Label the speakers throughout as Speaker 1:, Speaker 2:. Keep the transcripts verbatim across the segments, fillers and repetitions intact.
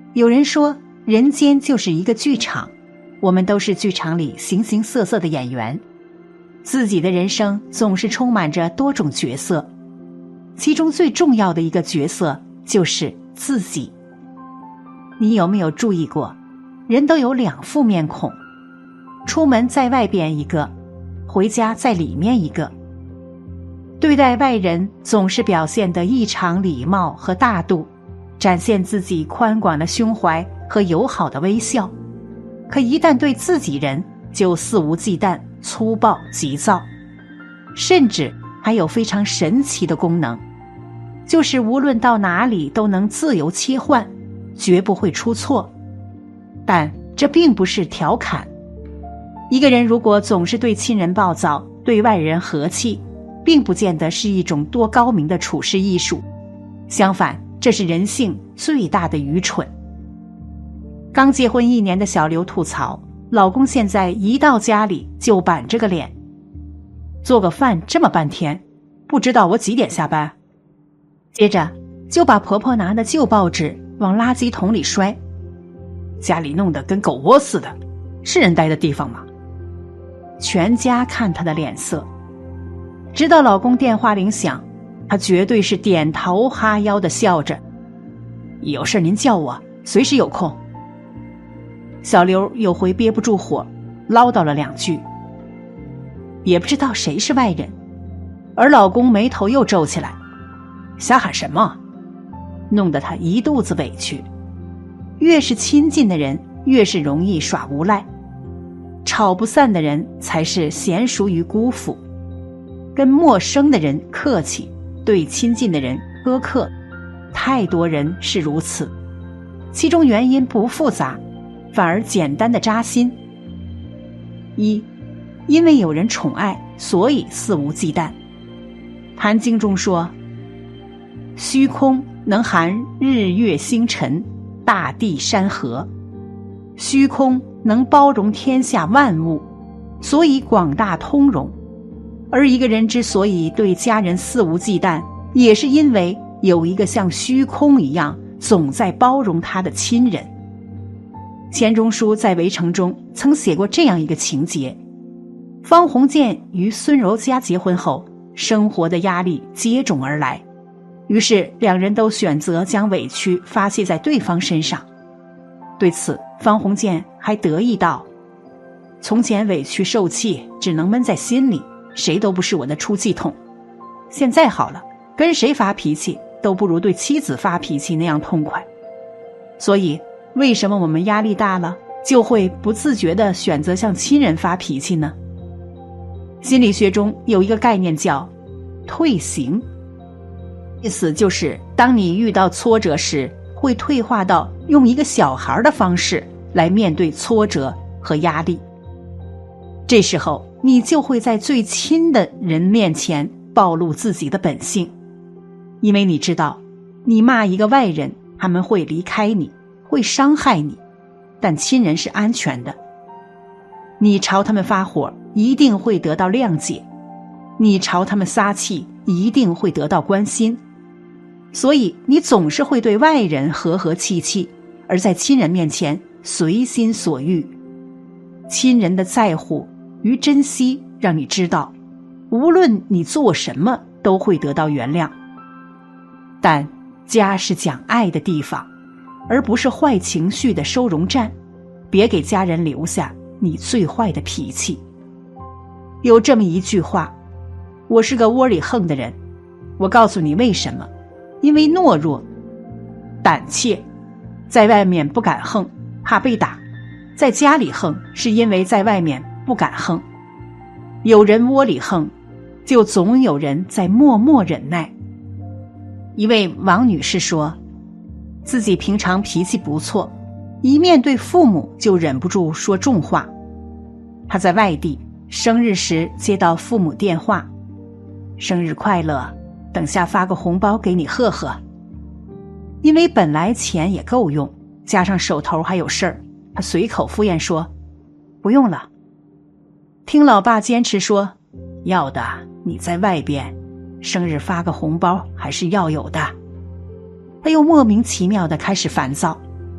Speaker 1: 有人说，人间就是一个剧场，我们都是剧场里形形色色的演员，自己的人生总是充满着多种角色，其中最重要的一个角色就是自己。你有没有注意过，人都有两副面孔，出门在外边一个，回家在里面一个。对待外人总是表现得异常礼貌和大度，展现自己宽广的胸怀和友好的微笑，可一旦对自己人就肆无忌惮、粗暴急躁，甚至还有非常神奇的功能，就是无论到哪里都能自由切换，绝不会出错。但这并不是调侃，一个人如果总是对亲人暴躁，对外人和气，并不见得是一种多高明的处事艺术，相反，这是人性最大的愚蠢。刚结婚一年的小刘吐槽，老公现在一到家里就板着个脸，做个饭这么半天，不知道我几点下班。接着就把婆婆拿的旧报纸往垃圾桶里摔，家里弄得跟狗窝似的，是人待的地方吗？全家看她的脸色，直到老公电话铃响，她绝对是点头哈腰的笑着，有事您叫我，随时有空。小刘有回憋不住火，唠叨了两句，也不知道谁是外人，而老公眉头又皱起来，瞎喊什么，弄得他一肚子委屈。越是亲近的人，越是容易耍无赖，吵不散的人才是娴熟于辜负，跟陌生的人客气，对亲近的人苛刻，太多人是如此，其中原因不复杂，反而简单的扎心。一，因为有人宠爱，所以肆无忌惮。坛经中说，虚空能含日月星辰，大地山河，虚空能包容天下万物，所以广大通融。而一个人之所以对家人肆无忌惮，也是因为有一个像虚空一样总在包容他的亲人。钱钟书在《围城》中曾写过这样一个情节，方鸿渐与孙柔嘉结婚后，生活的压力接踵而来，于是两人都选择将委屈发泄在对方身上。对此，方鸿渐还得意道，从前委屈受气只能闷在心里，谁都不是我的出气筒，现在好了，跟谁发脾气都不如对妻子发脾气那样痛快。所以为什么我们压力大了就会不自觉地选择向亲人发脾气呢？心理学中有一个概念叫退行，意思就是当你遇到挫折时，会退化到用一个小孩的方式来面对挫折和压力。这时候你就会在最亲的人面前暴露自己的本性，因为你知道，你骂一个外人，他们会离开你，会伤害你，但亲人是安全的。你朝他们发火，一定会得到谅解，你朝他们撒气，一定会得到关心。所以你总是会对外人和和气气，而在亲人面前随心所欲。亲人的在乎与珍惜让你知道，无论你做什么都会得到原谅。但家是讲爱的地方，而不是坏情绪的收容站，别给家人留下你最坏的脾气。有这么一句话，我是个窝里横的人，我告诉你为什么，因为懦弱胆怯，在外面不敢横，怕被打，在家里横是因为在外面不敢横。有人窝里横，就总有人在默默忍耐。一位王女士说，自己平常脾气不错，一面对父母就忍不住说重话。她在外地，生日时接到父母电话，生日快乐，等下发个红包给你贺贺。因为本来钱也够用，加上手头还有事儿，她随口敷衍说不用了。听老爸坚持说要的，你在外边生日发个红包还是要有的，他又莫名其妙地开始烦躁。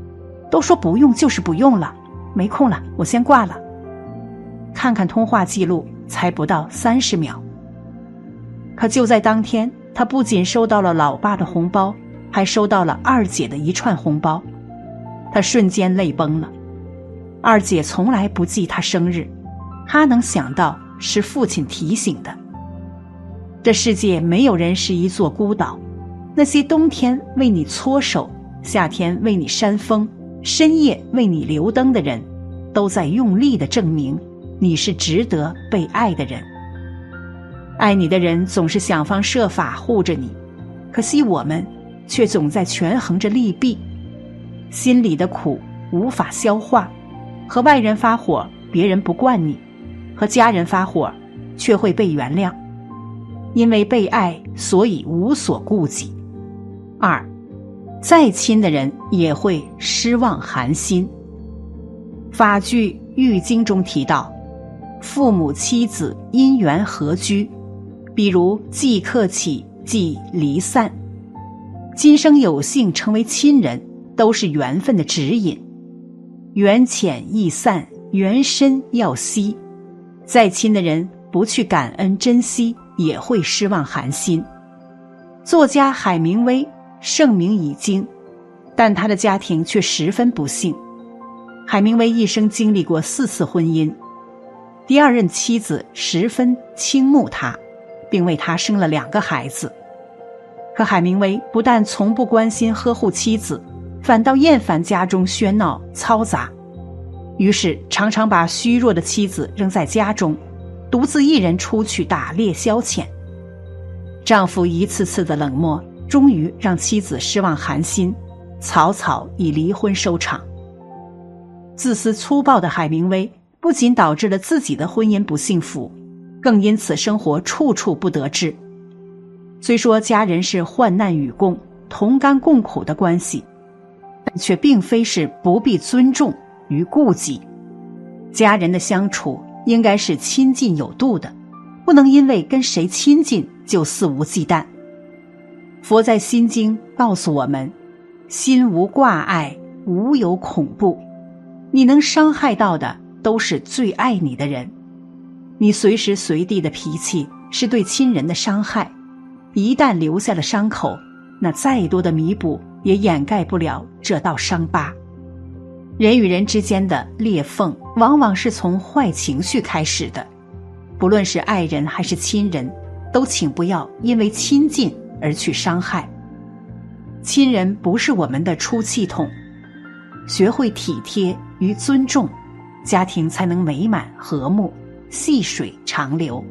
Speaker 1: 都说不用就是不用了，没空了，我先挂了。看看通话记录，才不到三十秒。可就在当天，他不仅收到了老爸的红包，还收到了二姐的一串红包，他瞬间泪崩了。二姐从来不记他生日，他能想到是父亲提醒的。这世界没有人是一座孤岛，那些冬天为你搓手，夏天为你扇风，深夜为你留灯的人，都在用力地证明你是值得被爱的人。爱你的人总是想方设法护着你，可惜我们却总在权衡着利弊，心里的苦无法消化，和外人发火别人不惯你，和家人发火却会被原谅。因为被爱，所以无所顾忌。二，再亲的人也会失望寒心。法句《喻经》中提到，父母妻子因缘合居，比如既客起，既离散。今生有幸成为亲人，都是缘分的指引。缘浅易散，缘深要惜。再亲的人不去感恩珍惜，也会失望寒心。作家海明威盛名已经，但他的家庭却十分不幸。海明威一生经历过四次婚姻，第二任妻子十分倾慕他，并为他生了两个孩子。可海明威不但从不关心呵护妻子，反倒厌烦家中喧闹嘈杂，于是常常把虚弱的妻子扔在家中，独自一人出去打猎消遣。丈夫一次次的冷漠，终于让妻子失望寒心，草草以离婚收场。自私粗暴的海明威不仅导致了自己的婚姻不幸福，更因此生活处处不得志。虽说家人是患难与共、同甘共苦的关系，但却并非是不必尊重与顾忌。家人的相处应该是亲近有度的，不能因为跟谁亲近就肆无忌惮。佛在心经告诉我们，心无挂碍，无有恐怖。你能伤害到的都是最爱你的人。你随时随地的脾气是对亲人的伤害，一旦留下了伤口，那再多的弥补也掩盖不了这道伤疤。人与人之间的裂缝往往是从坏情绪开始的，不论是爱人还是亲人，都请不要因为亲近而去伤害。亲人不是我们的出气筒，学会体贴与尊重，家庭才能美满和睦，细水长流。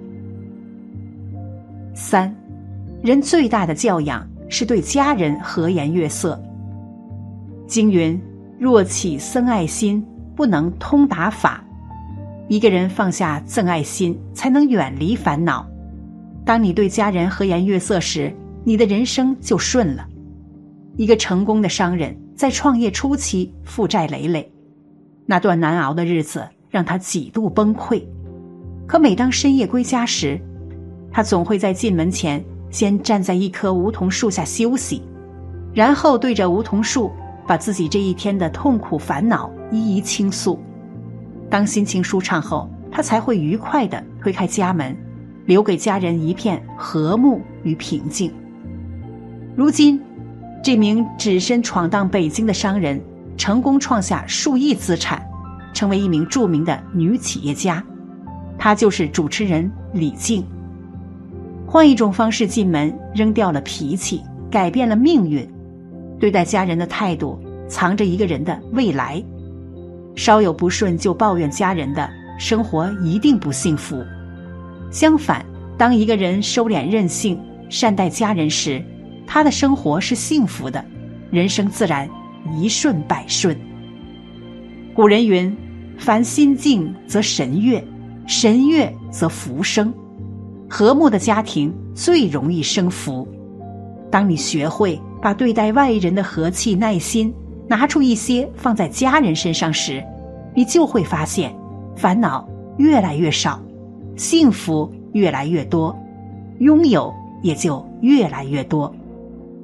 Speaker 1: 三，人最大的教养是对家人和颜悦色。经云，若起憎爱心，不能通达法。一个人放下憎爱心，才能远离烦恼。当你对家人和颜悦色时，你的人生就顺了。一个成功的商人在创业初期负债累累，那段难熬的日子让他几度崩溃。可每当深夜归家时，他总会在进门前先站在一棵梧桐树下休息，然后对着梧桐树把自己这一天的痛苦烦恼一一倾诉。当心情舒畅后，他才会愉快地推开家门，留给家人一片和睦与平静。如今，这名只身闯荡北京的商人成功创下数亿资产，成为一名著名的女企业家。她就是主持人李静。换一种方式进门，扔掉了脾气，改变了命运。对待家人的态度，藏着一个人的未来。稍有不顺就抱怨家人的，生活一定不幸福。相反，当一个人收敛任性，善待家人时，他的生活是幸福的，人生自然一顺百顺。古人云，凡心静则神悦，神悦则福生。和睦的家庭最容易生福。当你学会把对待外人的和气耐心拿出一些放在家人身上时，你就会发现烦恼越来越少，幸福越来越多，拥有也就越来越多。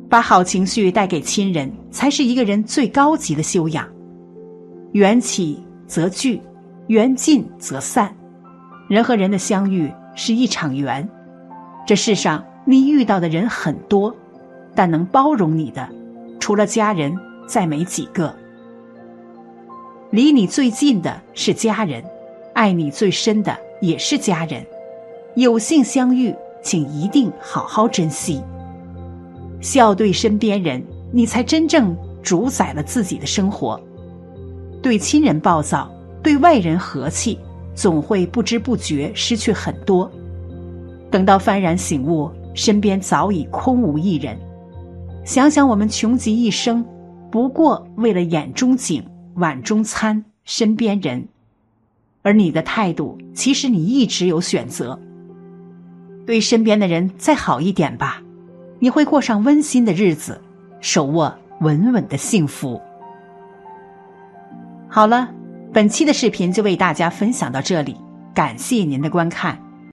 Speaker 1: 把好情绪带给亲人，才是一个人最高级的修养。缘起则聚，缘尽则散。人和人的相遇是一场缘。这世上你遇到的人很多，但能包容你的，除了家人，再没几个。离你最近的是家人，爱你最深的也是家人。有幸相遇，请一定好好珍惜。笑对身边人，你才真正主宰了自己的生活。对亲人暴躁，对外人和气，总会不知不觉失去很多。等到幡然醒悟，身边早已空无一人。想想我们穷极一生，不过为了眼中景，碗中餐，身边人。而你的态度，其实你一直有选择。对身边的人再好一点吧，你会过上温馨的日子，手握稳稳的幸福。好了，本期的视频就为大家分享到这里，感谢您的观看。